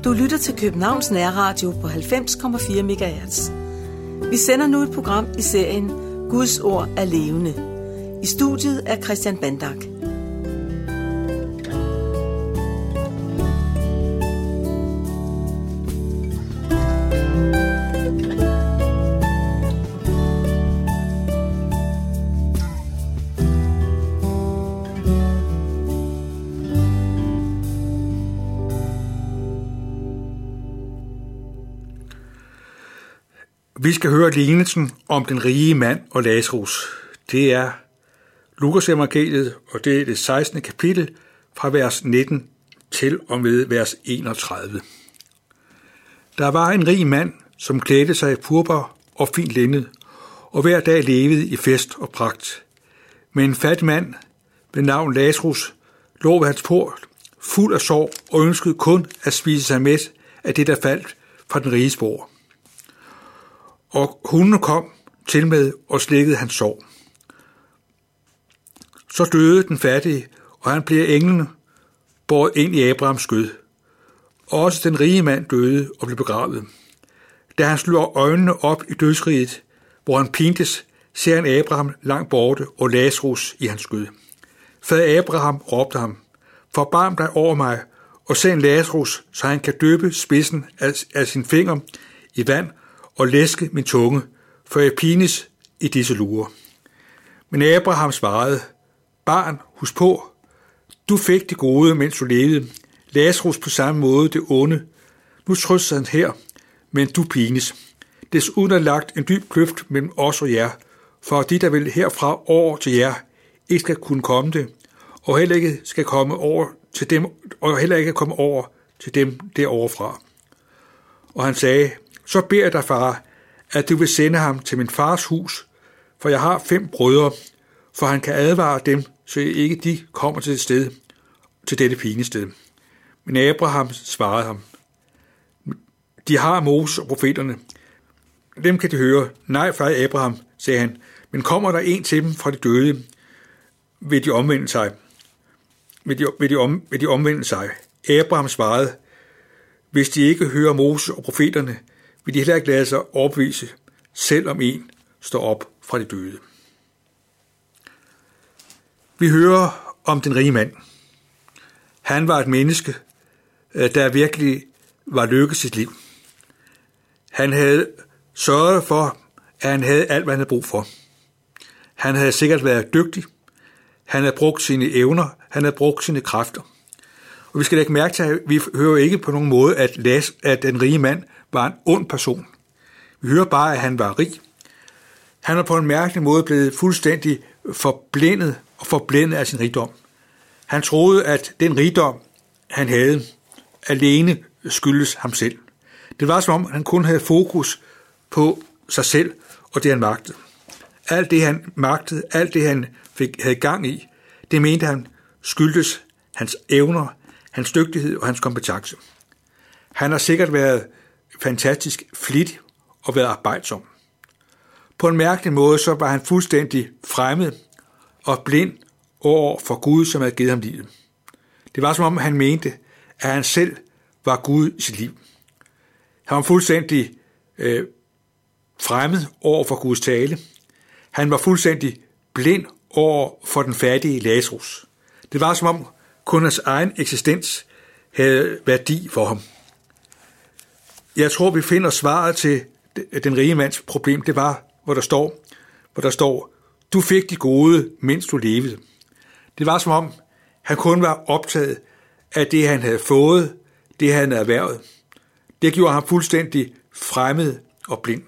Du lytter til Københavns Nærradio på 90,4 MHz. Vi sender nu et program i serien Guds ord er levende. I studiet er Christian Bandak. Vi skal høre lignelsen om den rige mand og Lazarus. Det er Lukas evangeliet, og det er det 16. kapitel fra vers 19 til og med vers 31. Der var en rig mand, som klædte sig i purpur og fint linned, og hver dag levede i fest og pragt. Men en fattig mand ved navn Lazarus lå ved hans port, fuld af sorg og ønskede kun at spise sig mæt af det, der faldt fra den riges bord. Og hundene kom til med og slikkede hans sorg. Så døde den fattige, og han blev englene båret ind i Abrahams skød. Også den rige mand døde og blev begravet. Da han slog øjnene op i dødsriget, hvor han pintes, ser han Abraham langt borte og Lazarus i hans skød. Fader Abraham råbte ham, forbarm dig over mig, og send Lazarus, så han kan døbe spidsen af sin finger i vand og læske min tunge, for jeg pines i disse lurer. Men Abraham svarede, barn, husk på, du fik det gode, mens du levede, Lazarus på samme måde det onde. Nu trøster han her, men du pines. Desuden er lagt en dyb kløft mellem os og jer, for de, der vil herfra over til jer, ikke skal kunne komme det, og heller ikke skal komme over til dem, og heller ikke komme over til dem deroverfra. Og han sagde, så beder jeg dig, far, at du vil sende ham til min fars hus, for jeg har 5 brødre, for han kan advare dem, så ikke de kommer til dette pinested. Men Abraham svarede ham, de har Moses og profeterne. Dem kan de høre. Nej, far Abraham, sagde han, men kommer der en til dem fra de døde, vil de omvende sig. Vil de omvende sig. Abraham svarede, hvis de ikke hører Moses og profeterne, vil de heller ikke lade sig overbevise, selvom en står op fra de døde. Vi hører om den rige mand. Han var et menneske, der virkelig var lykkedes sit liv. Han havde sørget for, at han havde alt, hvad han havde brug for. Han havde sikkert været dygtig. Han havde brugt sine evner. Han havde brugt sine kræfter. Og vi skal lægge mærke til, at vi hører ikke på nogen måde, at den rige mand var en ond person. Vi hører bare, at han var rig. Han var på en mærkelig måde blevet fuldstændig forblændet af sin rigdom. Han troede, at den rigdom, han havde, alene skyldes ham selv. Det var som om, han kun havde fokus på sig selv og det, han magtede. Alt det, han magtede, alt det, han havde gang i, det mente han skyldtes hans evner, hans dygtighed og hans kompetence. Han har sikkert været fantastisk flittig og været arbejdsom. På en mærkelig måde så var han fuldstændig fremmed og blind over for Gud, som havde givet ham livet. Det var som om han mente, at han selv var Gud i sit liv. Han var fuldstændig fremmed over for Guds tale. Han var fuldstændig blind over for den fattige Lazarus. Det var som om kun hans egen eksistens havde værdi for ham. Jeg tror, vi finder svaret til den rige mands problem. Det var, hvor der står, du fik de gode, mens du levede. Det var som om, han kun var optaget af det, han havde fået, det han havde erhvervet. Det gjorde ham fuldstændig fremmed og blind.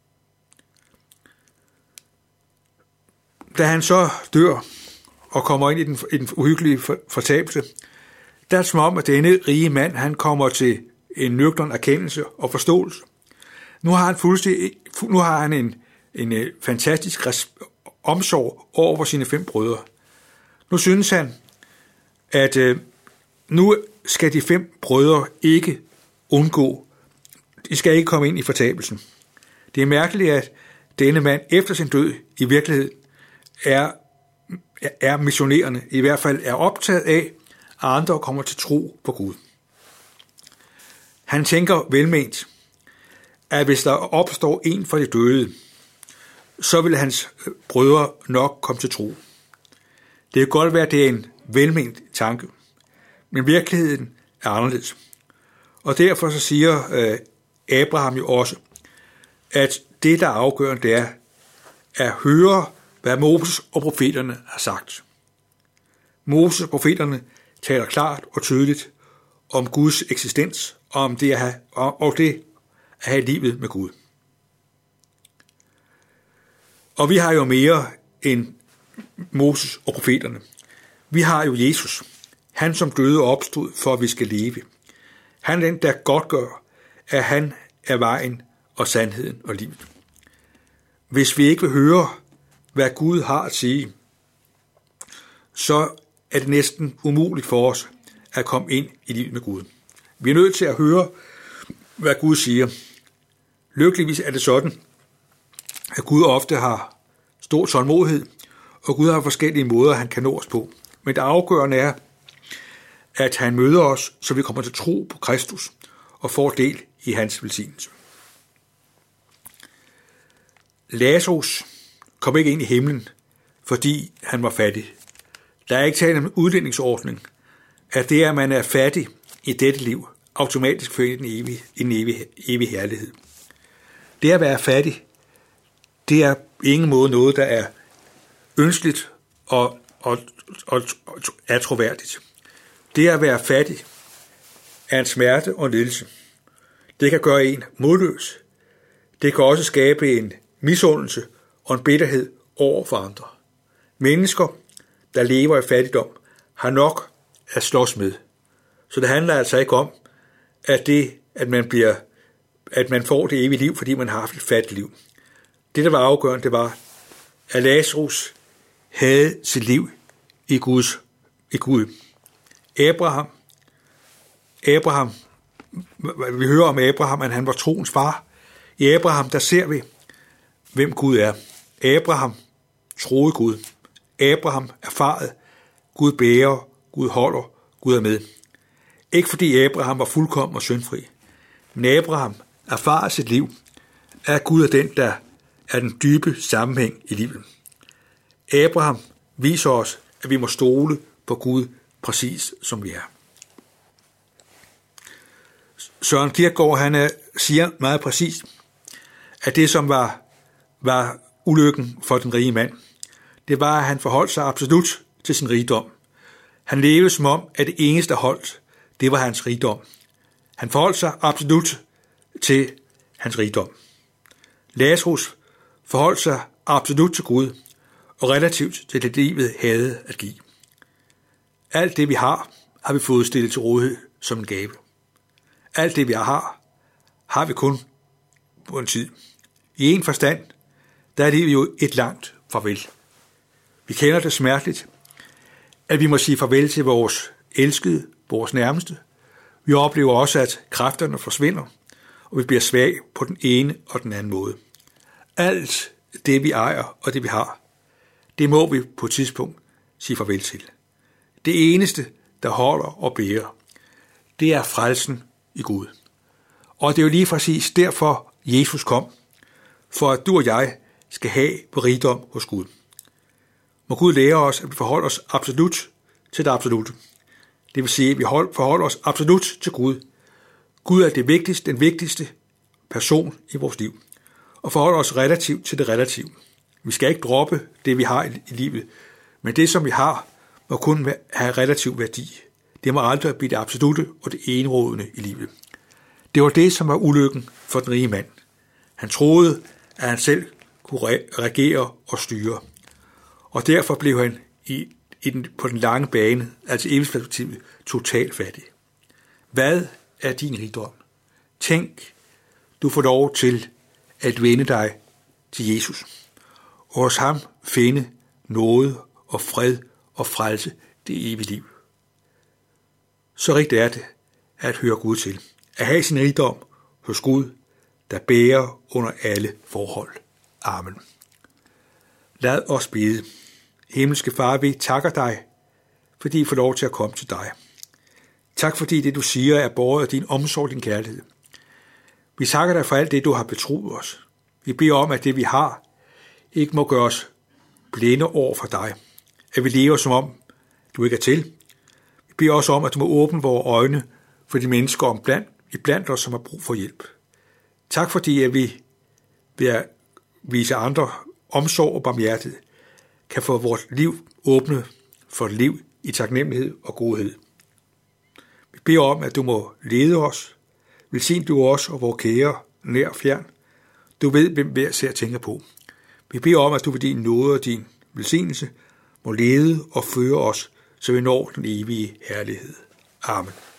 Da han så dør og kommer ind i den uhyggelige fortabelse, der er det som om, at denne rige mand, han kommer til en nøgtern erkendelse og forståelse. Nu har han en fantastisk omsorg over sine 5 brødre. Nu synes han, at nu skal de 5 brødre ikke undgå. De skal ikke komme ind i fortabelsen. Det er mærkeligt, at denne mand efter sin død i virkeligheden er missionerende, i hvert fald er optaget af, at andre kommer til tro på Gud. Han tænker velment, at hvis der opstår en fra de døde, så vil hans brødre nok komme til tro. Det kan godt være, at det er en velment tanke, men virkeligheden er anderledes. Og derfor så siger Abraham jo også, at det, der er afgørende, det er at høre, hvad Moses og profeterne har sagt. Moses og profeterne taler klart og tydeligt om Guds eksistens og om det at have livet med Gud. Og vi har jo mere end Moses og profeterne. Vi har jo Jesus, han som døde og opstod, for at vi skal leve. Han er den, der godtgør, at han er vejen og sandheden og livet. Hvis vi ikke vil høre, hvad Gud har at sige, så er det næsten umuligt for os at komme ind i livet med Gud. Vi er nødt til at høre, hvad Gud siger. Lykkeligvis er det sådan, at Gud ofte har stor tålmodighed, og Gud har forskellige måder, han kan nå os på. Men det afgørende er, at han møder os, så vi kommer til tro på Kristus og får del i hans velsignelse. Lazarus kom ikke ind i himlen, fordi han var fattig. Der er ikke tale om en udlændingsordning, at det, at man er fattig i dette liv, automatisk fører en evig herlighed. Det at være fattig, det er på ingen måde noget, der er ønskeligt og er troværdigt. Det at være fattig er en smerte og en lidelse. Det kan gøre en modløs. Det kan også skabe en misundelse og en bitterhed over for andre. Mennesker, der lever i fattigdom, har nok at slås med. Så det handler altså ikke om, at man får det evige liv, fordi man har haft et fattigt liv. Det, der var afgørende, det var, at Lazarus havde sit liv i Gud. Abraham, vi hører om Abraham, at han var troens far. I Abraham, der ser vi, hvem Gud er. Abraham troede Gud. Abraham erfarede, Gud bærer, Gud holder, Gud er med. Ikke fordi Abraham var fuldkommen og syndfri, men Abraham erfarede sit liv, at Gud er den, der er den dybe sammenhæng i livet. Abraham viser os, at vi må stole på Gud præcis som vi er. Søren Kierkegaard, han siger meget præcist, at det, som var ulykken for den rige mand, det var, at han forholdt sig absolut til sin rigdom. Han levede som om, at det eneste, der holdt, det var hans rigdom. Han forholdt sig absolut til hans rigdom. Lazarus forholdt sig absolut til Gud, og relativt til det livet havde at give. Alt det, vi har vi fået stillet til rådighed som en gave. Alt det, vi har vi kun på en tid. I en forstand, der er livet jo et langt farvel. Vi kender det smerteligt, at vi må sige farvel til vores elskede, vores nærmeste. Vi oplever også, at kræfterne forsvinder, og vi bliver svage på den ene og den anden måde. Alt det, vi ejer og det, vi har, det må vi på et tidspunkt sige farvel til. Det eneste, der holder og bærer, det er frelsen i Gud. Og det er jo lige præcis derfor, Jesus kom, for at du og jeg skal have på rigdom hos Gud. Må Gud lære os, at vi forholder os absolut til det absolutte. Det vil sige, at vi forholder os absolut til Gud. Gud er den vigtigste person i vores liv, og forholder os relativt til det relative. Vi skal ikke droppe det, vi har i livet, men det, som vi har, må kun have relativ værdi. Det må aldrig blive det absolutte og det enrådende i livet. Det var det, som var ulykken for den rige mand. Han troede, at han selv kunne regere og styre. Og derfor blev han på den lange bane, altså evighedsperspektivet, totalt fattig. Hvad er din rigdom? Tænk, du får lov til at vende dig til Jesus, og hos ham finde nåde og fred og frelse det evige liv. Så rigtigt er det at høre Gud til. At have sin rigdom hos Gud, der bærer under alle forhold. Amen. Lad os bede. Himmelske Far, vi takker dig, fordi vi får lov til at komme til dig. Tak fordi det, du siger, er båret af din omsorg og din kærlighed. Vi takker dig for alt det, du har betroet os. Vi beder om, at det, vi har, ikke må gøre os blinde over for dig. At vi lever, som om du ikke er til. Vi beder også om, at du må åbne vores øjne for de mennesker iblandt os, som har brug for hjælp. Tak fordi, at vi ved at vise andre omsorg og barmhjertighed, kan få vores liv åbne for et liv i taknemmelighed og godhed. Vi beder om, at du må lede os. Velsign du os og vores kære, nær og fjern. Du ved, hvem hver ser tænker på. Vi beder om, at du ved din nåde og din velsignelse må lede og føre os, så vi når den evige herlighed. Amen.